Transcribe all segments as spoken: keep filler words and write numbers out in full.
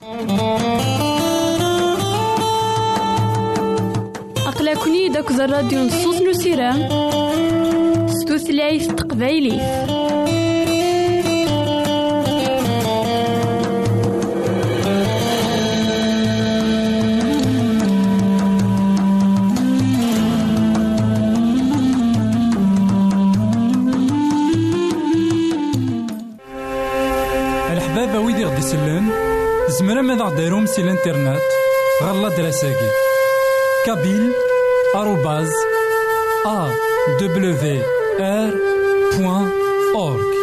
أقلكني داك الراديو نصوص نسيرام ستوثلايف تقبايلي. الحبابة ويدي غدي يسلم زمرا ماذا غديرهم سي الانترنت غالا دراساكي كابيل آروباز أ دبليو آر بوان أورك.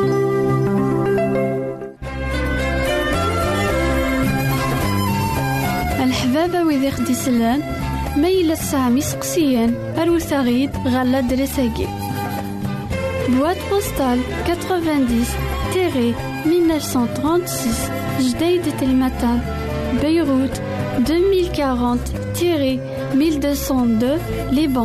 الحبابة ويدي غدي يسلم ميلا سامي سقسيان أروساغيد غالا دراساكي boîte postale quatre-vingt-dix mille neuf cent trente-six Jdeï de Telmatan Beyrouth deux mille quarante mille deux cent deux Liban.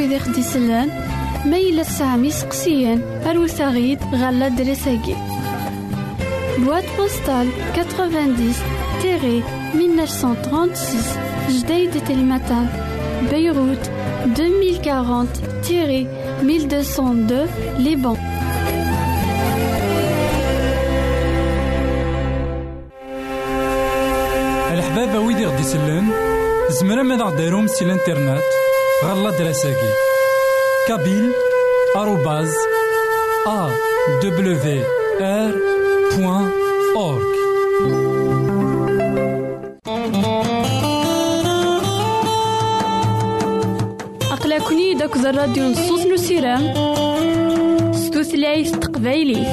ويدي خدي سلان ميلا سامي سقسيان أروثاغيد غالا دريساكي بواد بوستال تسعين مية وتسعمية وستة وثلاثين جديد تلمتان بيروت deux mille quarante mille deux cent deux Liban. الحبابة ويدي غدي سلان زمرا ماذا غديرهم سي الانترنت غالا دراساكي كابيل آروباز أ دبليو آر بوان أورك. أقلكني داك الراديو نصوص نسيرام ستوثلايف تقبايلي.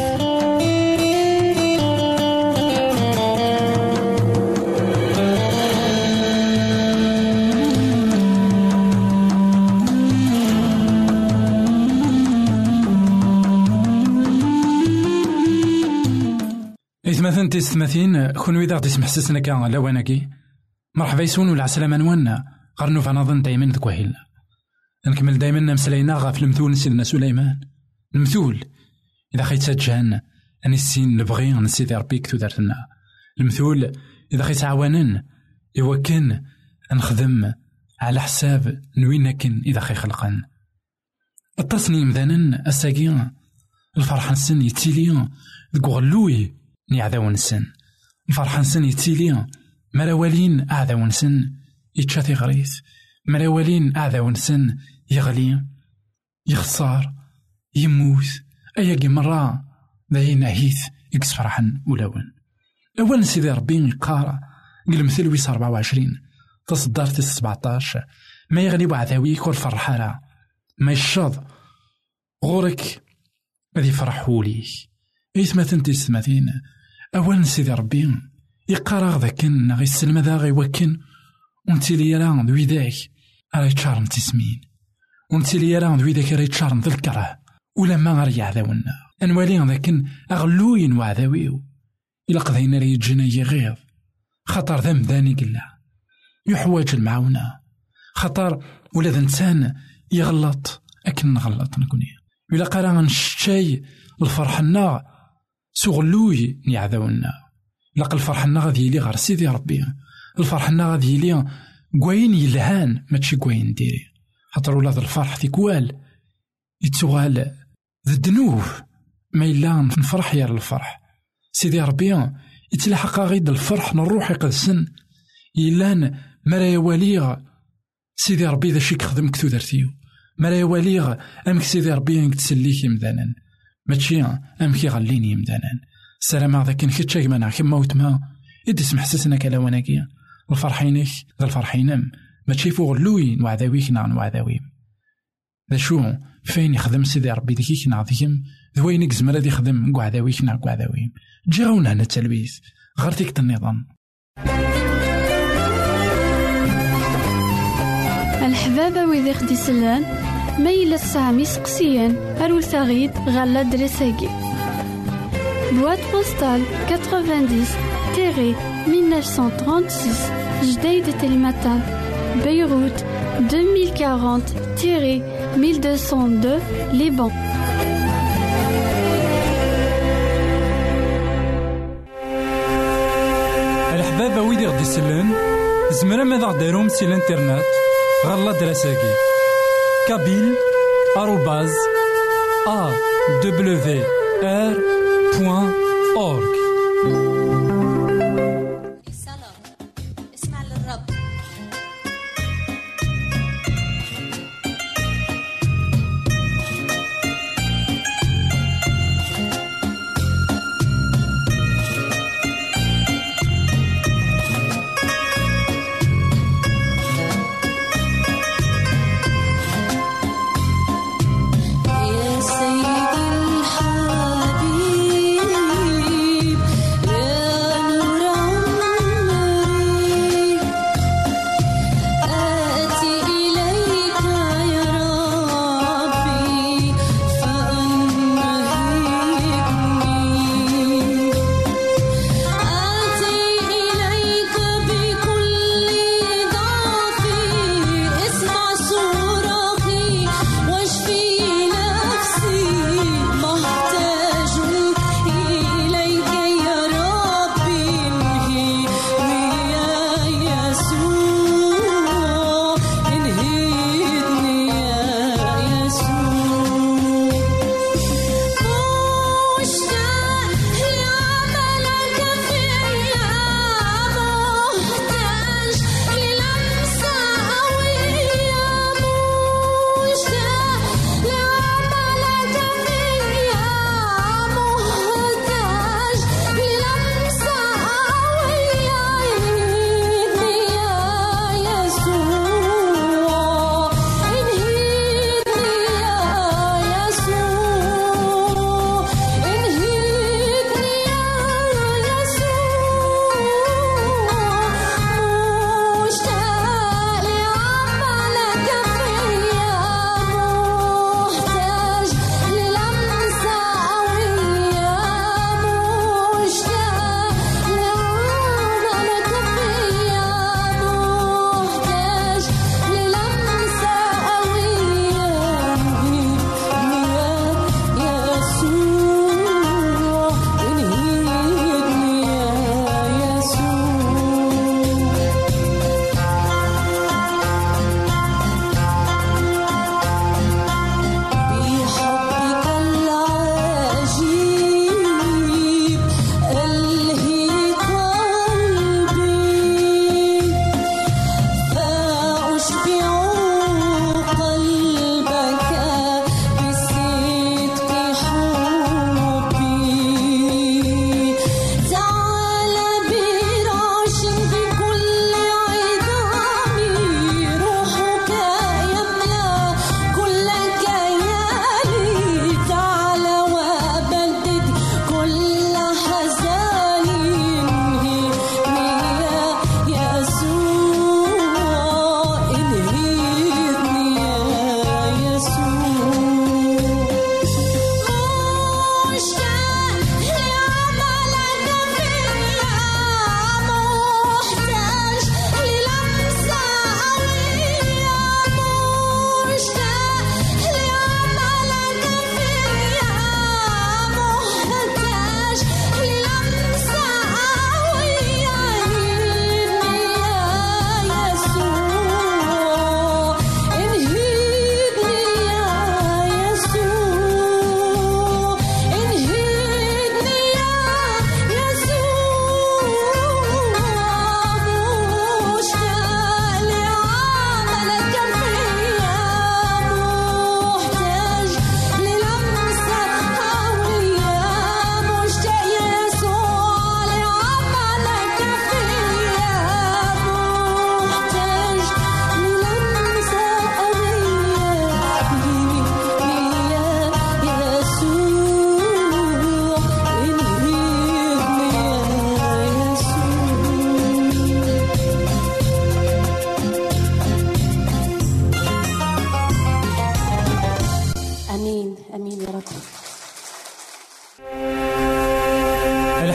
إثمثن تيستمثين كون ويدا غدي يسمح سسنا كان لواناكي مرحبا يسون ولا عسلامة نوانا غرنو فنظن دايما ذكوهيلنا نكمل دايما مسلينا غا في المثول سيدنا سليمان المثول إذا خيت سجان أني السين نبغي نسيدي ربي كتو دارتنا المثول إذا خيت عوانن إوا كان نخدم على حساب نوين كن إذا خي خلقن التصنيم ذانن الساقين الفرحان سن يتيليون ذكو غلوي ني عذاون السن الفرحان سن يتيليون مراوالين أعذاون سن يتشاتي غريث مراوالين أعذاون سن يغلي يخسر يموت أياقي مرة ذاين نهيث يكس فرحا ولاون أولا سيدي ربي يقارا قل مثل ويس أربعة وعشرين تصدرت السبعتاش ما يغلي وعذاويك والفرحارة ما يشاض غورك غادي يفرحوا ليك إيثما تنتي ستماثين أولا سيدي ربي يقارا ذاكن غي السلمة ذا غي وكن ونتي لي راه ذوي ذاك راه يتشارم تسمين ونتي لي راه ذوي ذاك راه يتشارم ذا الكره ولا ما غير يعذاونا أنوالي ذاكن أغلوين وعذاويو إلا قضينا لي يجينا يغيظ خطر ذا مذاني قلا يحواج المعاونة خطر ولا ذا إنسان يغلط أكن نغلط نكوني إلا قرا نشتاي الفرحنا سغلوي نيعذاونا لقى الفرحنا غادي يلي غير سيدي ربي الفرحنا غادي يلي كوين يلهان ماشي كوين ديري خاطر ولاد الفرح تيكوال يتسوال ذا الدنوب ما إلا نفرح يا الفرح سيدي ربي يتلاحق غيد الفرح نروح يقدسن يلان مرا يواليغ سيدي ربي ذا شي كخدم كثو درتيو مرا يواليغ أمك سيدي ربي يتسليك يمدانا ماشي أمك يغليني يمدانا السلام هذا كان كتشاك مانا كما وتما إدي سمح سسنا كلاواناكيا الفرحينك ذا الفرحينم ماشي فوق لوين وعذاويك نعن وعذاويم ذا شو فين يخدم سيدي ربي ذيك نعطيهم ذوينك زمرا دي يخدم قعذاويك نعن قعذاويم جاونا هنا التلبيس غرتيك النظام الحبابة ويدي خدي سلان ميلا سامي سقسيان أروثاغيد غالا دريساكي بواد بوستال تسعين مية وتسعمية وستة وثلاثين جديد تلمتان بيروت deux mille quarante mille deux cent deux Liban. الحبابة ويدي غدي سلان زمرا ماذا غديرهم سي الانترنت غالا دراساكي كابيل آروباز أ دبليو آر بوان أورك. يا سيدي الحبيب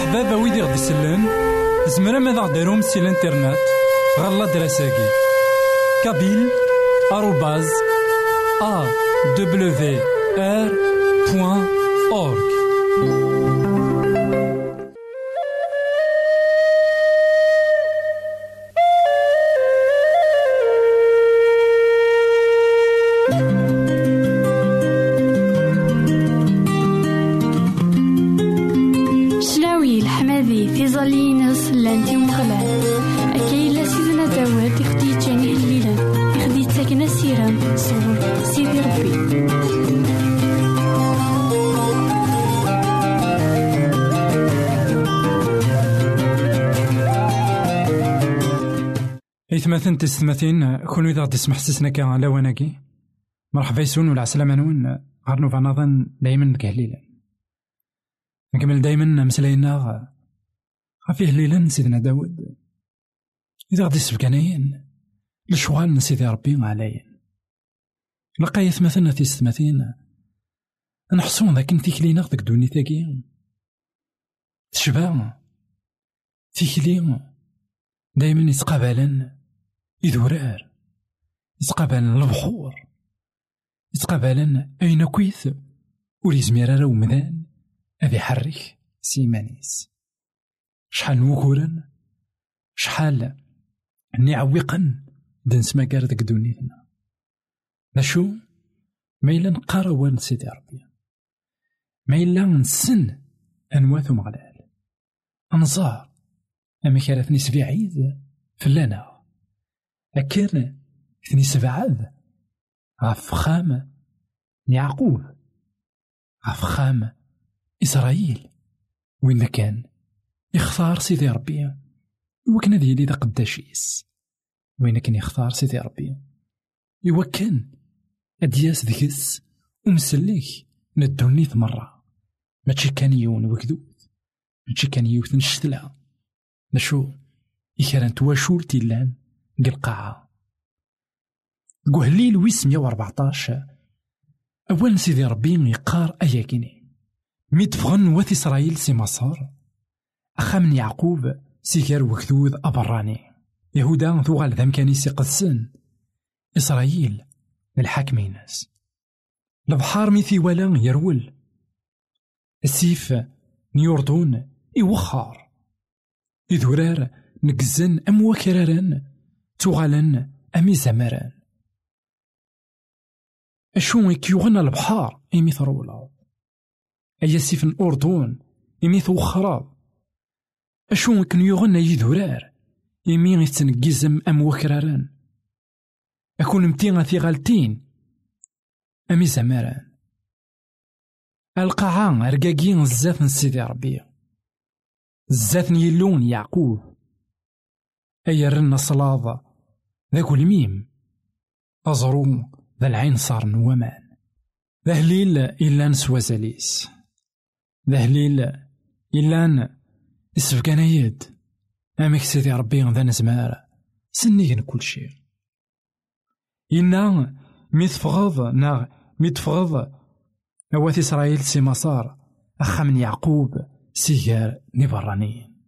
بابا ويدي غدي يسلن زمرا ماذا غديرهم سي الانترنت غالا دراساكي كابيل آروباز أ دبليو آر بوان أورك. شلاوي الحمادي في ظلينس لانتي ومغلال أكيلا سيدنا داود يخدي جاني الليلة يخدي تاكنا سيران صور سيدي ربي. إثماثن تستماثين كون إذا غدي تسمح سسنا كا على وناكي مرحبا يسون ولا عسلامة نون غارنو فنظن دايما كهليلا نكمل دايما مسلاينا غافيه ليلا سيدنا داود إذا غدي سبكانين لشوال سيدي ربي عليا لقا يثمثنا تستماثين نحصون ذاك نتيكلينا ذاك دوني ثاكي تشبع تيكلي دايما يتقابلن يدورار يتقابلن البحور يتقابلن أين كويث وليزمير راه ومدان أذي حرك سيمانيس شحال نوكورن شحال نعوقن دنس مكار دك دونيتنا نشو ما إلا نقاروان سيدي ربي ما إلا نسن أنواث مغلال أنظار أما كانتني سبعيد فلانا أكان ثني سبعاد غف خام يعقوب غف خام إسرائيل وين كان يختار سيدي ربي وكان ذي لي دا قداشيس وين كان يختار سيدي ربي يوكن أدياس ذكس ومسليك ندوني ثمرة ماشي كان يون وكذوذ ماشي كان يوث نشتلا نشو إكران تواشول تيلان قلقاعة قهليل ويسمية واربعتاش أول سيدي ربي يقار أياكيني ميت فغن وث إسرائيل سي مصر أخا من يعقوب سيكار وكذوذ أبراني يهودا ثوغال ذا مكاني سي قدسن إسرائيل الحاكمينس البحار ميثي ولا يرول السيف نيوردون إيوخار إذورار نقزن أم وكرارن توغالن أمي زمران أشو يكيوغن البحار إمي ثرولا أي سيف الأردن إمي ثوخراب أشو يكيوغن يذورار إمي يتنقزم أم وكرارن أكون متين ثغالتين أمي زمران القاعان رقاقين الزاف نسيدي ربي الزاف يلون يعقوب أي رنا صلاظة ذاك الميم أزرو ذا العين صار نوامان ذا هليل إلا نسوى زاليس ذا هليل إلا نسفقنا يد أمك سيدي ربي ذا نزمار سنيغن كل شيء إنا ميتفغض نا ميتفغض أوات إسرائيل سي مسار أخا من يعقوب سيجار نبرانيين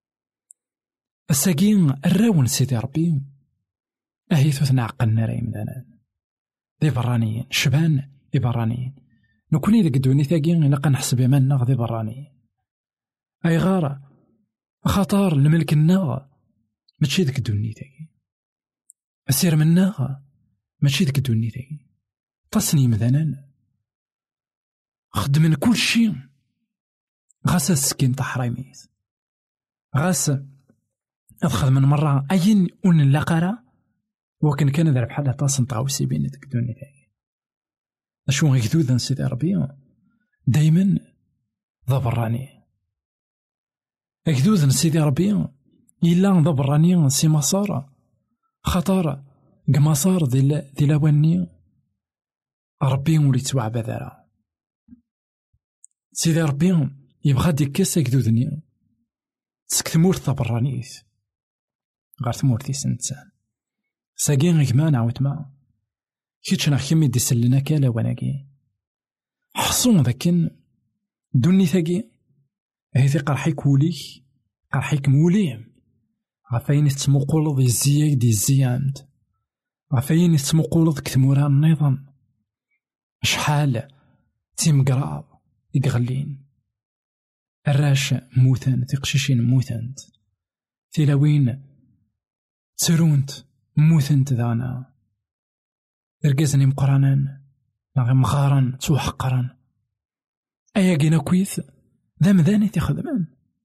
الساقين الراون سيدي ربي أهيثو ثنعقلنا راي مدانا ذي برانيين شبان ذي برانيين نكوني ذا قدوني ثاقين لقا نحسب يمانا ذي برانيين أي غارة خطار الملك الناغ ماشي ذاك دوني ثاقين أسير من ناغ ماشي ذاك دوني ثاقين تصني مدانا خدمن كل شي غاس السكين تحريميث غاس أخذ من مرة أين أون اللقرة وكان كان ذا بحال طاس نطاوسي بين ذاك دوني ثاقين أشو غيكذوذ سيدي ربي دايما ذا براني أكذوذ سيدي ربي إلا ذا براني سي مسار خطر قمصار ذي ذي لواني ربي ولي توع بذرة سيدي ربي يبغى ديكاس أكذوذني تسكتمور ثبرانيث غير ثمورتي سنتان ساقين غيمان عاوت ما كيتش نخيمي دي سلنا كالا وناكي حصون ذاكن دوني ثاقي هذي قرحيك وليك قرحيك موليم غفاين تسمقولض دي الزياك دي الزياند غفاين تسمقولض كتمورا النظام شحال تيمقراض يقغلين الراش موثان تيقشيشين موثانت تيلاوين تسرونت موثانت ذانا رقزني مقرانان نغي مغارن توحقرن ايا قينا كويث ذا مذاني تيخدمان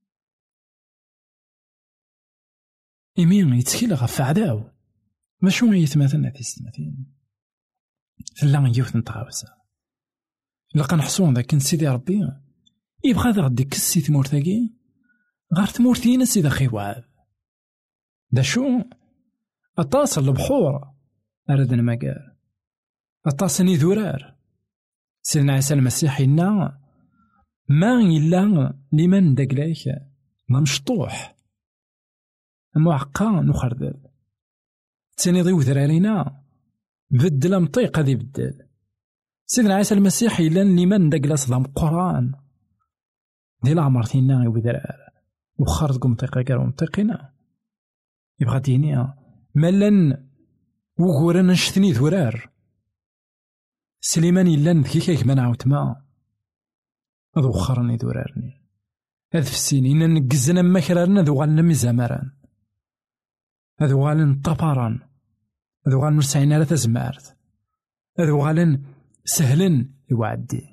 إمين يتكيل غف عداو ماشو يتماثلنا في ستماثين فلا يوث نتغاوسا لقا نحصون ذاك سيدي ربي يبغى ذا غدي كسي ثمورتاكي غار ثمورتينا سيدا خيواب دا شو اتصل البحور أردنا مقال اتصني ذرار سيدنا عيسى المسيح إنا ما إلا لمن دقلايك ما مشطوح معقا نخردل تاني ضيو ذرارينا بدل مطيق هذي بدل سيدنا عيسى المسيح إلا لمن دقلاس ضم قرآن دي لعمرتينا وذرار وخرجكم مطيقا كارو مطيقنا يبغى دينيا ملن وغورنا نشتني ذرار سليمان إلا نذكيك من عاوت ما هذا وخرني ذرارني هذا في السنين إن نقزنا مكررنا ذو غالنا مزامران هذا غالن طباران هذا غالن مرسعين على تزمارت هذا غالن سهلن يوعدي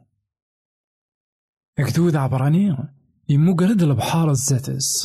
أكدود عبراني يمقرد البحار الزاتس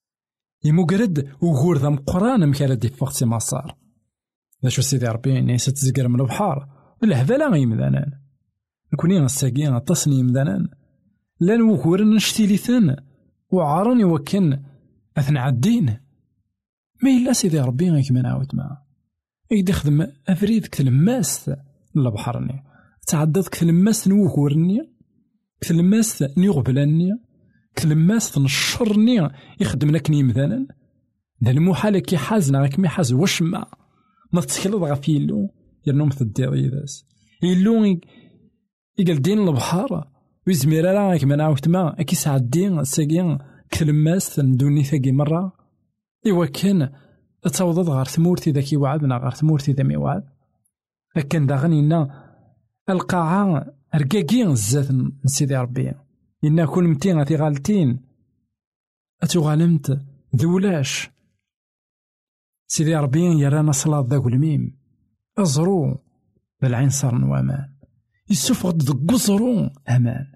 يمقرد وغور ذا مقران مكالد يفقتي مصار ذا شو سيدي ربي نيسا تزقر من البحار الهذا لا يمدانان نكوني نساقين التصني يمدانان لان وغور نشتي لثان وعارني وكن أثناء الدين ما إلا سيدي ربي غيك من عاود معه يدي خدم أفريد كتلماس لبحرني تعدد كتلماس نوغورني كتلماس نيغبلاني كتلماس نشرني يخدم لك نيمذانا دا المحال كي حازنا غاك مي حاز وشما ما تتكلض غاف يلو يرنوم تديري ذاس يلو يقال دين البحر ويزمير راه غاك من عاود معه أكي سعدين ساقين كتلماس ندوني ثاقي مرة إوا كان تصوضض غار ثمورتي ذاك يوعدنا غار ثمورتي ذا ميوعد لكن دا غنينا القاعة رقاقين الزات نسيدي ربي إنا كون متين غاتي غالتين أتغالمت ذولاش سيدي ربي يرانا صلاة ذاك الميم أزرو بالعين صار نوامان يسفغد ذاك قصرو أمان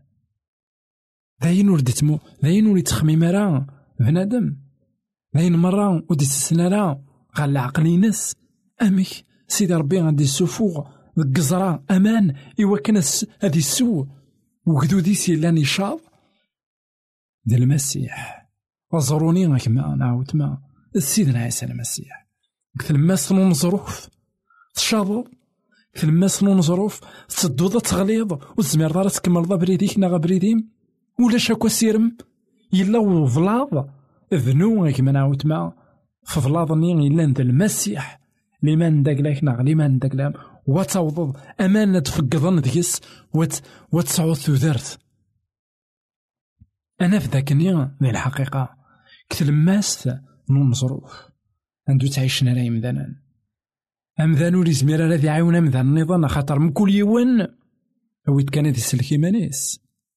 ذاين وردتمو ذاين ولي تخميم راه بنادم ذاين مرة ودي تسنالا غال عقلي ناس أمك سيدي ربي غادي السفوغ القزرة أمان إوا كنس هادي السو وقدودي سيلان يشاط دي المسيح وزروني غاك ما نعاود ما سيدنا عيسى المسيح قلت لماس نون ظروف تشاضو قلت لماس نون ظروف تسدوضا تغليظ وتزمير دارا تكمل ضا بريديك ناغا بريديم ولا شاكو سيرم يلا وفلاض ذنو غاك ما نعاود ما ففلاضني إلا ند المسيح لمن داكلاك ناغ لمن داكلام وتوضض أمانة تفقضن ديس وت وتسعود ثوذرت أنا في ذاك النيا ذي الحقيقة كتلماس نون ظروف عندو تعيشنا راي مذانا أمذانو لي زميرا الذي عاونا مذان النظام خاطر من كل يوان أويت كان ذي السلكي مانيس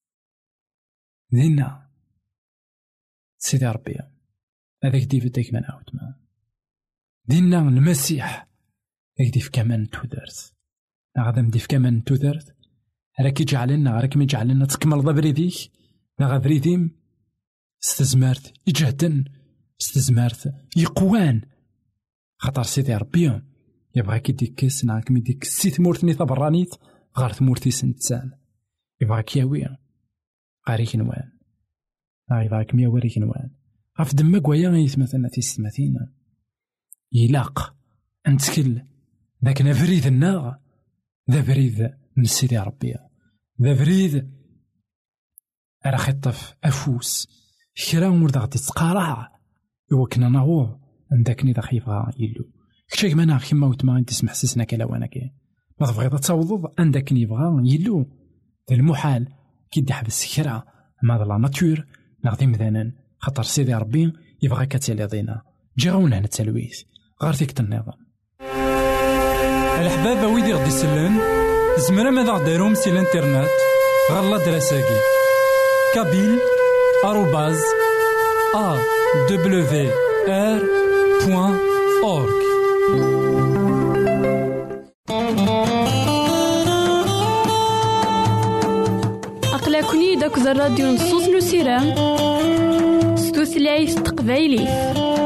ذينا سيدي ربي هذاك ديف ديك من عاود ما دينا المسيح يديف كمان تودرت غادا مديف كمان تودرت راك يجعلنا راك يجعلنا تكمل ضبريديك لا بريديم استزمرت يجهدن استزمرت يقوان خاطر سيدي ربي يبغاك يديك سناك ميديك سي ثمورتني تبرانيت غار ثمورتي سنتسان يبغاك ياوي قاريك نوان يبغاك ميا وريك نوان غاف دمك ويا يتمثلنا في ستماثين يلاق انتكل ذاك نفريد الناغ ذا بريد من سيدي ربي ذا بريد راه خطف افوس كرا ورد غادي تقارع إوا كنا نعوض عندك نيدا خيفا يلو كشاك مانا كيما وتما غادي تسمح سسنا كلا وانا كي ما تبغي تعوض عندك نيفغا يلو المحال كي دي حبس كرا ما لا ناتور نغدي مذانا خاطر سيدي ربي يبغى كتالي ضينا جي غونا هنا التلويث غار فيك النظام. الحباب ويدي غدي يسلن زمرا ماذا غديرهم سي الانترنت غالا دراساكي كابيل آروباز أ دبليو آر بوان أورك. أقلكني داك الراديو نصوص نسيران ستوثلايف تقبايلي.